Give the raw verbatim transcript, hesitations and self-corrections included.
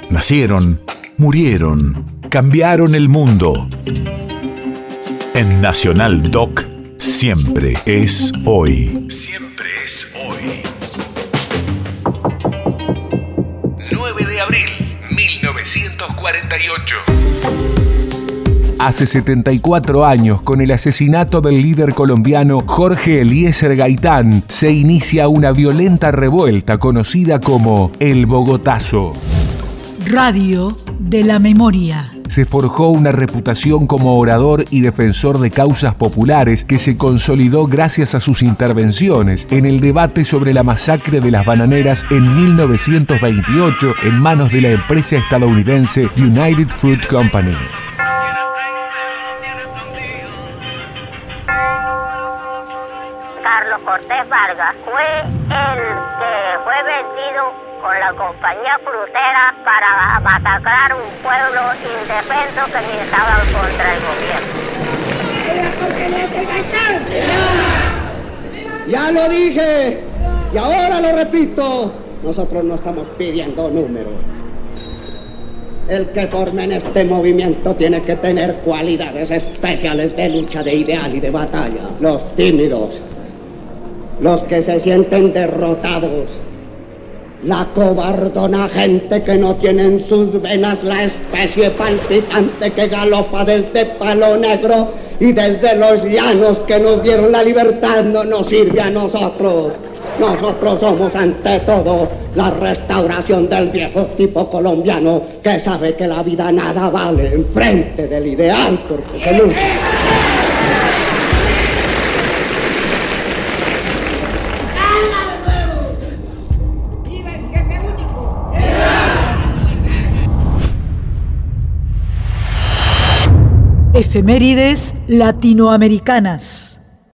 Nacieron, murieron, cambiaron el mundo. En Nacional Doc, siempre es hoy. Siempre es hoy. nueve de abril, mil novecientos cuarenta y ocho. Hace setenta y cuatro años, con el asesinato del líder colombiano Jorge Eliezer Gaitán, se inicia una violenta revuelta conocida como el Bogotazo. Radio de la Memoria. Se forjó una reputación como orador y defensor de causas populares que se consolidó gracias a sus intervenciones en el debate sobre la masacre de las bananeras en mil novecientos veintiocho en manos de la empresa estadounidense United Fruit Company. Carlos Cortés Vargas fue el que fue vendido con la compañía frutera para masacrar un pueblo indefenso que ni estaba contra el gobierno. Ya lo dije y ahora lo repito, nosotros no estamos pidiendo números. El que forme en este movimiento tiene que tener cualidades especiales de lucha, de ideal y de batalla. Los tímidos, los que se sienten derrotados, la cobardona gente que no tiene en sus venas la especie palpitante que galopa desde Palo Negro y desde los llanos que nos dieron la libertad, no nos sirve a nosotros. Nosotros somos ante todo la restauración del viejo tipo colombiano que sabe que la vida nada vale en frente del ideal porque se lucha. Efemérides latinoamericanas.